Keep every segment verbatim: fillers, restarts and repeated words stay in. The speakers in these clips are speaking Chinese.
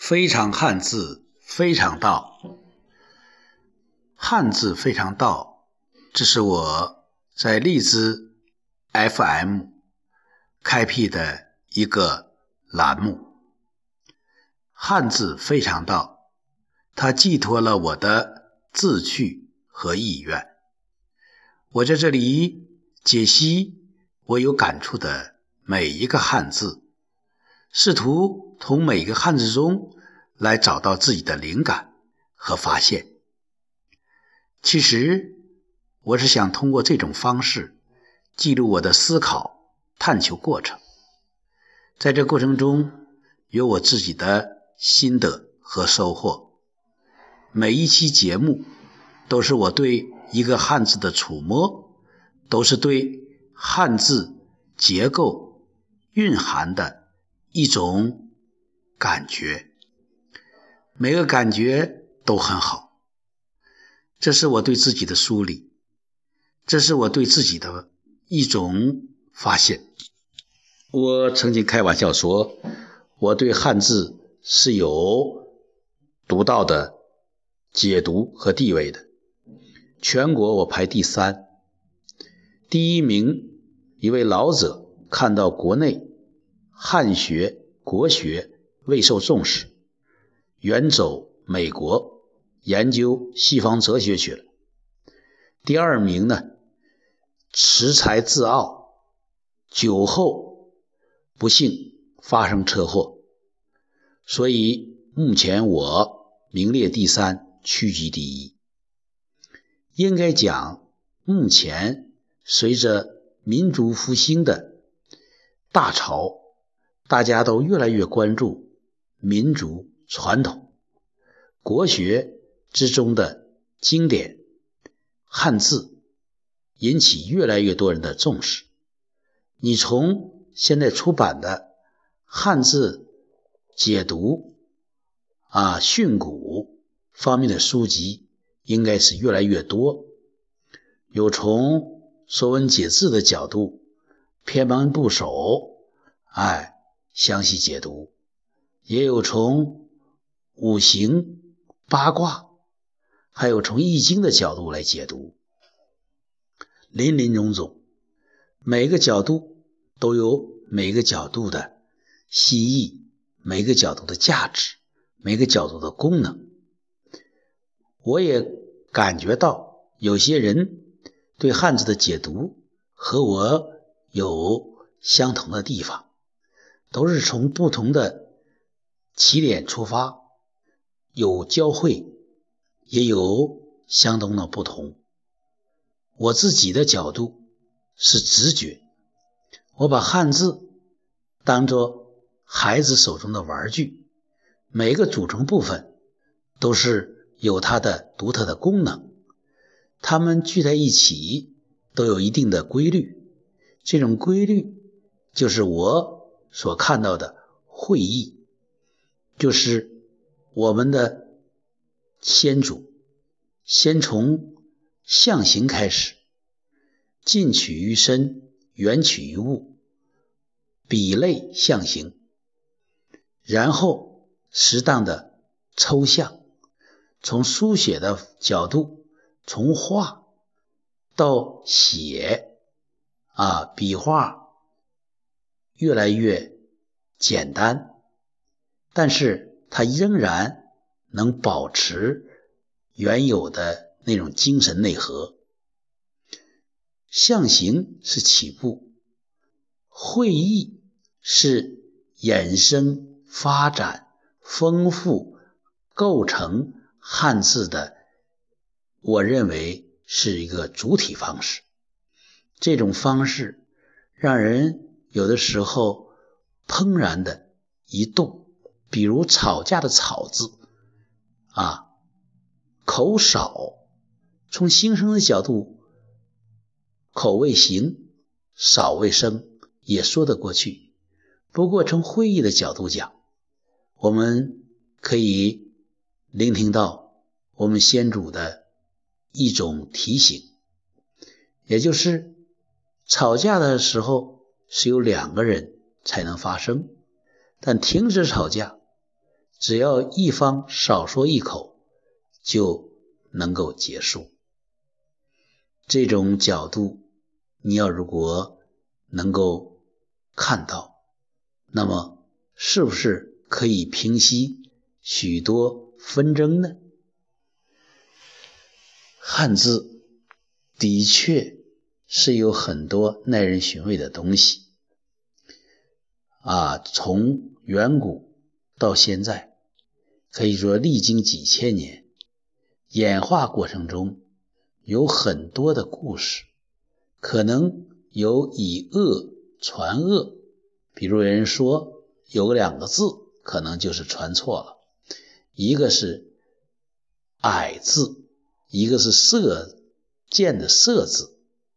非常汉字，非常道。汉字非常道，这是我在荔枝 F M 开辟的一个栏目。汉字非常道，它寄托了我的志趣和意愿。我在这里解析我有感触的每一个汉字，试图从每个汉字中来找到自己的灵感和发现。其实我是想通过这种方式记录我的思考探求过程，在这过程中有我自己的心得和收获。每一期节目都是我对一个汉字的触摸，都是对汉字结构蕴含的一种感觉，每个感觉都很好。这是我对自己的梳理，这是我对自己的一种发现。我曾经开玩笑说，我对汉字是有独到的解读和地位的。全国我排第三，第一名一位老者看到国内汉学国学未受重视，远走美国研究西方哲学去了。第二名呢，恃才自傲，酒后不幸发生车祸，所以目前我名列第三，屈居第一。应该讲，目前随着民族复兴的大潮，大家都越来越关注民族传统，国学之中的经典汉字引起越来越多人的重视。你从现在出版的汉字解读啊训诂方面的书籍应该是越来越多，有从说文解字的角度偏旁部首哎详细解读，也有从五行八卦还有从易经的角度来解读，林林总总，每个角度都有每个角度的西意，每个角度的价值，每个角度的功能。我也感觉到有些人对汉字的解读和我有相同的地方，都是从不同的起点出发，有交汇，也有相当的不同。我自己的角度是直觉，我把汉字当作孩子手中的玩具，每一个组成部分都是有它的独特的功能，它们聚在一起都有一定的规律，这种规律就是我所看到的会意，就是我们的先祖先从象形开始，近取于身，远取于物，比类象形，然后适当的抽象，从书写的角度，从画到写啊，笔画越来越简单，但是它仍然能保持原有的那种精神内核。象形是起步，会意是衍生发展丰富构成汉字的，我认为是一个主体方式。这种方式让人有的时候怦然的一动，比如吵架的吵字啊，口少，从形声的角度，口为形，少为声，也说得过去。不过从会意的角度讲，我们可以聆听到我们先祖的一种提醒，也就是吵架的时候是有两个人才能发生，但停止吵架只要一方少说一口就能够结束。这种角度你要如果能够看到，那么是不是可以平息许多纷争呢？汉字的确是有很多耐人寻味的东西啊，从远古到现在，可以说历经几千年，演化过程中有很多的故事，可能有以讹传讹，比如有人说有两个字可能就是传错了，一个是矮字，一个是射箭的射字。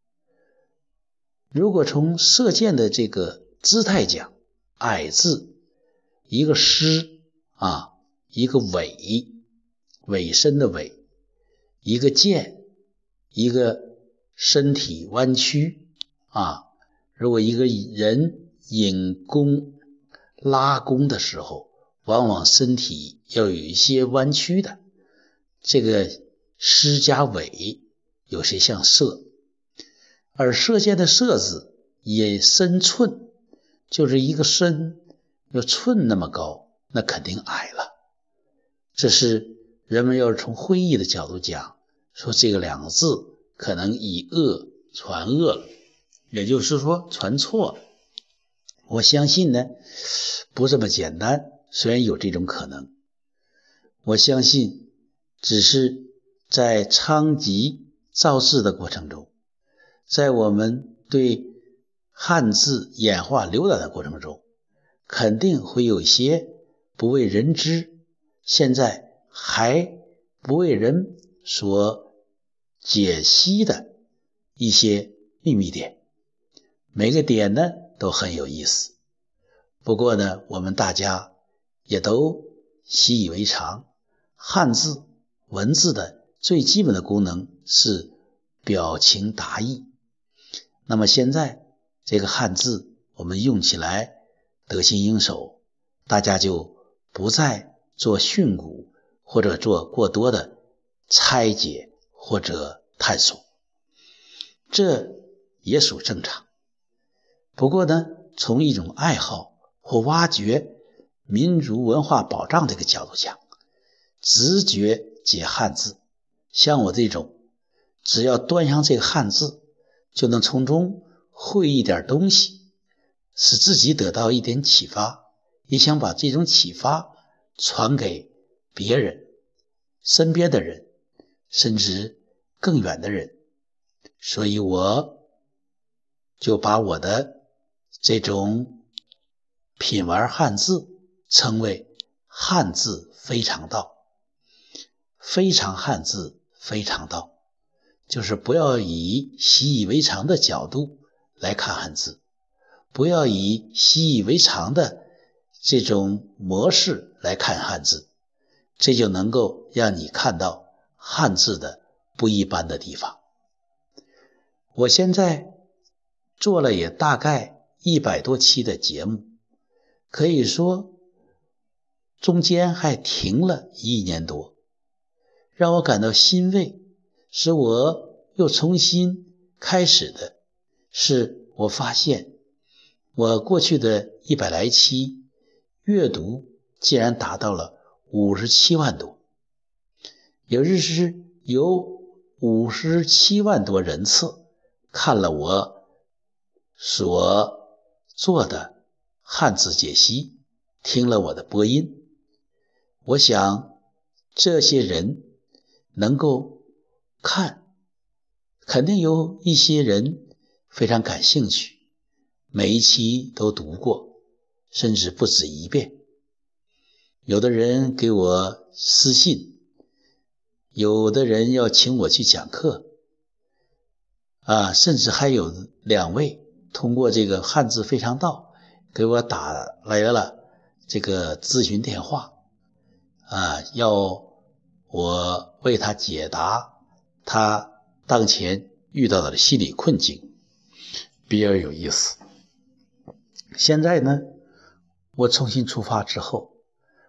如果从射箭的这个姿态讲，矮字一个狮啊，一个尾，尾身的尾，一个箭，一个身体弯曲啊。如果一个人引弓拉弓的时候，往往身体要有一些弯曲的，这个狮加尾有些像射。而射箭的射字也身寸，就是一个身有寸那么高，那肯定矮了。这是人们要是从会意的角度讲，说这个两个字可能以讹传讹了，也就是说传错了。我相信呢，不这么简单，虽然有这种可能，我相信只是在昌吉造字的过程中，在我们对汉字演化流转的过程中，肯定会有一些不为人知，现在还不为人所解析的一些秘密点。每个点呢都很有意思，不过呢我们大家也都习以为常。汉字文字的最基本的功能是表情达意，那么现在这个汉字我们用起来得心应手，大家就不再做训诂或者做过多的拆解或者探索，这也属正常。不过呢，从一种爱好或挖掘民族文化保障这个角度讲，直觉解汉字，像我这种只要端详这个汉字，就能从中会一点东西，使自己得到一点启发，也想把这种启发传给别人，身边的人，甚至更远的人。所以我就把我的这种品玩汉字称为汉字非常道。非常汉字非常道，就是不要以习以为常的角度来看汉字，不要以习以为常的这种模式来看汉字，这就能够让你看到汉字的不一般的地方。我现在做了也大概一百多期的节目，可以说中间还停了一年多，让我感到欣慰，使我又重新开始的是，我发现我过去的一百来期阅读竟然达到了五十七万多，也就是有五十七万多人次看了我所做的汉字解析，听了我的播音。我想这些人能够看，肯定有一些人非常感兴趣，每一期都读过，甚至不止一遍。有的人给我私信，有的人要请我去讲课啊，甚至还有两位通过这个汉字非常道给我打来了这个咨询电话啊，要我为他解答他当前遇到的心理困境，比较有意思。现在呢，我重新出发之后，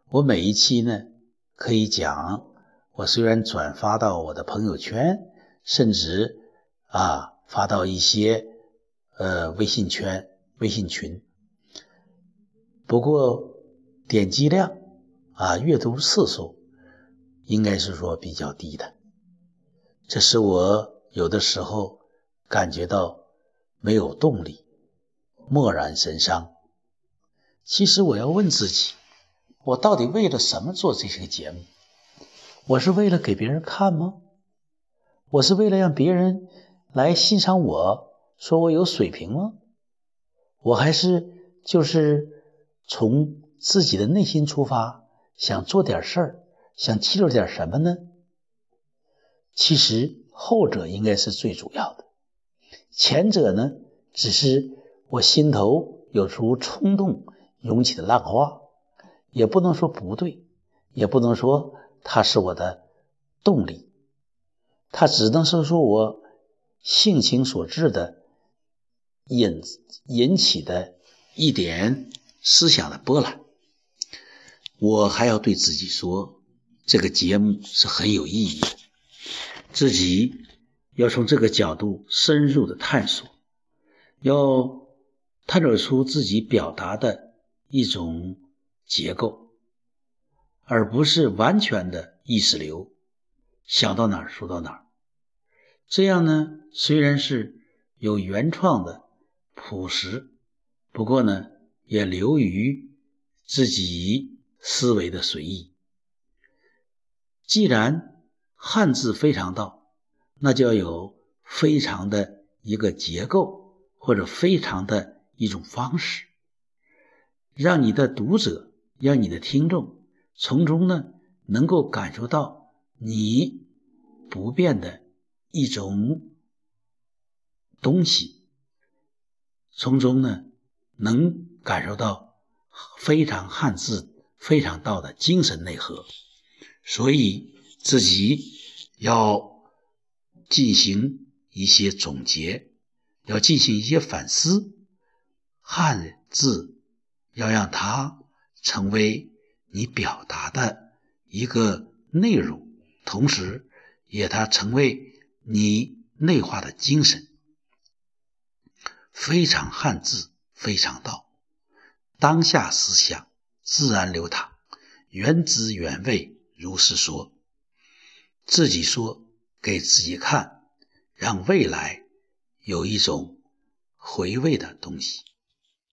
我每一期呢可以讲，我虽然转发到我的朋友圈，甚至啊发到一些呃微信圈、微信群，不过点击量啊阅读次数应该是说比较低的，这使我有的时候感觉到没有动力，默然神伤。其实我要问自己，我到底为了什么做这些节目？我是为了给别人看吗？我是为了让别人来欣赏我，说我有水平吗？我还是就是从自己的内心出发，想做点事儿，想记录点什么呢？其实后者应该是最主要的，前者呢，只是我心头有出冲动涌起的浪花，也不能说不对，也不能说它是我的动力，它只能是说我性情所致的引引起的一点思想的波澜。我还要对自己说，这个节目是很有意义的，自己要从这个角度深入的探索，要探索出自己表达的一种结构，而不是完全的意识流，想到哪儿说到哪儿。这样呢，虽然是有原创的朴实，不过呢，也流于自己思维的随意。既然汉字非常道，那就要有非常的一个结构，或者非常的一种方式，让你的读者，让你的听众从中呢能够感受到你不变的一种东西，从中呢能感受到非常汉字非常道的精神内核。所以自己要进行一些总结，要进行一些反思，汉字要让它成为你表达的一个内容，同时也它成为你内化的精神。非常汉字非常道，当下思想自然流淌，原汁原味如是说。自己说，给自己看，让未来有一种回味的东西。